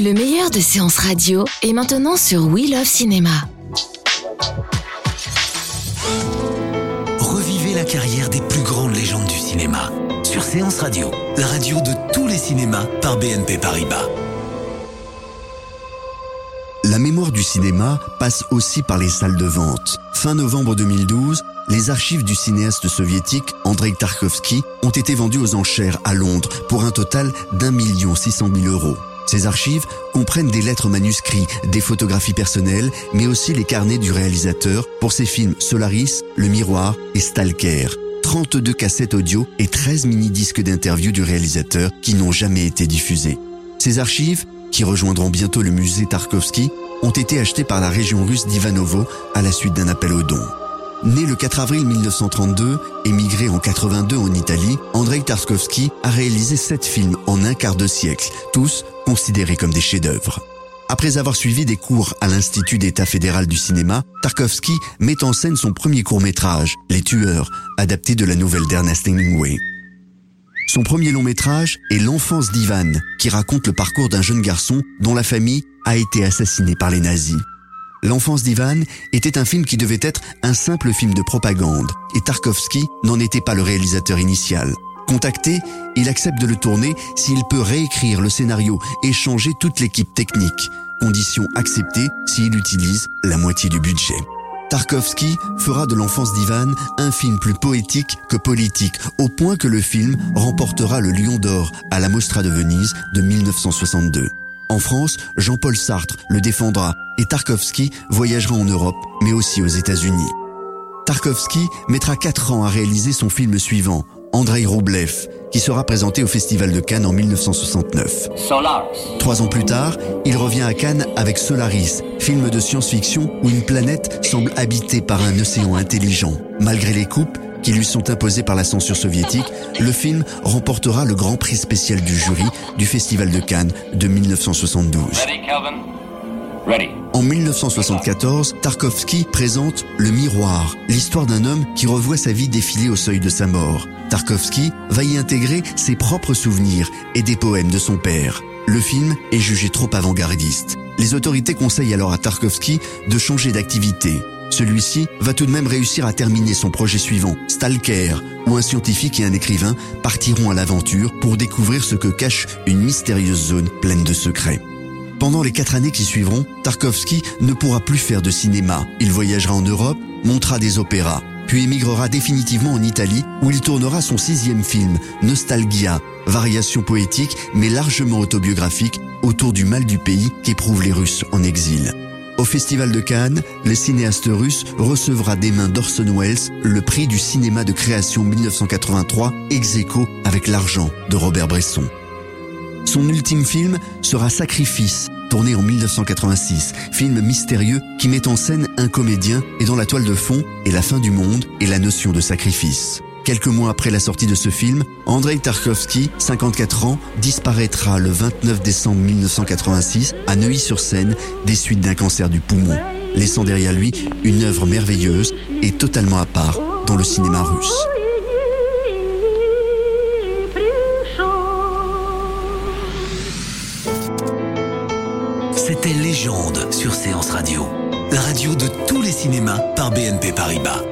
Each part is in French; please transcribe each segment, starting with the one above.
Le meilleur de séances radio est maintenant sur We Love Cinéma. Revivez la carrière des plus grandes légendes du cinéma sur Séance Radio, la radio de tous les cinémas par BNP Paribas. La mémoire du cinéma passe aussi par les salles de vente. Fin novembre 2012, les archives du cinéaste soviétique Andreï Tarkovski ont été vendues aux enchères à Londres pour un total d'1 600 000 €. Ces archives comprennent des lettres manuscrites, des photographies personnelles, mais aussi les carnets du réalisateur pour ses films Solaris, Le Miroir et Stalker. 32 cassettes audio et 13 mini-disques d'interviews du réalisateur qui n'ont jamais été diffusés. Ces archives, qui rejoindront bientôt le musée Tarkovski, ont été achetées par la région russe d'Ivanovo à la suite d'un appel aux dons. Né le 4 avril 1932, émigré en 82 en Italie, Andreï Tarkovski a réalisé 7 films en un quart de siècle, tous considérés comme des chefs-d'œuvre. Après avoir suivi des cours à l'Institut d'État fédéral du cinéma, Tarkovski met en scène son premier court-métrage, Les Tueurs, adapté de la nouvelle d'Ernest Hemingway. Son premier long-métrage est L'enfance d'Ivan, qui raconte le parcours d'un jeune garçon dont la famille a été assassinée par les nazis. L'enfance d'Ivan était un film qui devait être un simple film de propagande, et Tarkovski n'en était pas le réalisateur initial. Contacté, il accepte de le tourner s'il peut réécrire le scénario et changer toute l'équipe technique. Condition acceptée s'il utilise la moitié du budget. Tarkovski fera de l'enfance d'Ivan un film plus poétique que politique, au point que le film remportera le Lion d'Or à la Mostra de Venise de 1962. En France, Jean-Paul Sartre le défendra et Tarkovski voyagera en Europe, mais aussi aux États-Unis. Tarkovski mettra 4 ans à réaliser son film suivant, Andreï Roublev, qui sera présenté au Festival de Cannes en 1969. Solaris. 3 ans plus tard, il revient à Cannes avec Solaris, film de science-fiction où une planète semble habitée par un océan intelligent. Malgré les coupes qui lui sont imposées par la censure soviétique, le film remportera le grand prix spécial du jury du Festival de Cannes de 1972. Ready, Kelvin? Ready. En 1974, Tarkovski présente Le Miroir, l'histoire d'un homme qui revoit sa vie défiler au seuil de sa mort. Tarkovski va y intégrer ses propres souvenirs et des poèmes de son père. Le film est jugé trop avant-gardiste. Les autorités conseillent alors à Tarkovski de changer d'activité. Celui-ci va tout de même réussir à terminer son projet suivant, Stalker, où un scientifique et un écrivain partiront à l'aventure pour découvrir ce que cache une mystérieuse zone pleine de secrets. Pendant les 4 années qui suivront, Tarkovski ne pourra plus faire de cinéma. Il voyagera en Europe, montera des opéras, puis émigrera définitivement en Italie où il tournera son 6e film, Nostalgia, variation poétique mais largement autobiographique autour du mal du pays qu'éprouvent les Russes en exil. Au Festival de Cannes, le cinéaste russe recevra des mains d'Orson Welles le prix du cinéma de création 1983, ex aequo avec L'Argent de Robert Bresson. Son ultime film sera Sacrifice, tourné en 1986, film mystérieux qui met en scène un comédien et dont la toile de fond est la fin du monde et la notion de sacrifice. Quelques mois après la sortie de ce film, Andreï Tarkovski, 54 ans, disparaîtra le 29 décembre 1986 à Neuilly-sur-Seine des suites d'un cancer du poumon, laissant derrière lui une œuvre merveilleuse et totalement à part dans le cinéma russe. C'était Légende sur Séance Radio, la radio de tous les cinémas par BNP Paribas.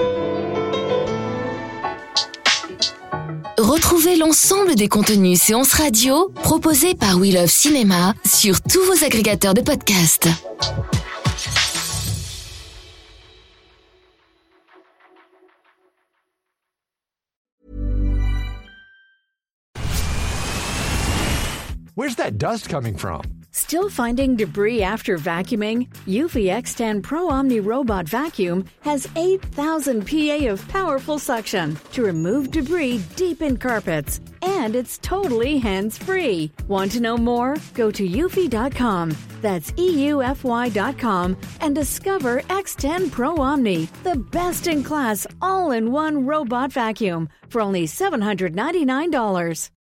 Retrouvez l'ensemble des contenus séances radio proposés par We Love Cinéma sur tous vos agrégateurs de podcasts. Where's that dust coming from? Still finding debris after vacuuming? Eufy X10 Pro Omni Robot Vacuum has 8,000 PA of powerful suction to remove debris deep in carpets. And it's totally hands-free. Want to know more? Go to eufy.com. That's EUFY.com and discover X10 Pro Omni, the best-in-class all-in-one robot vacuum for only $799.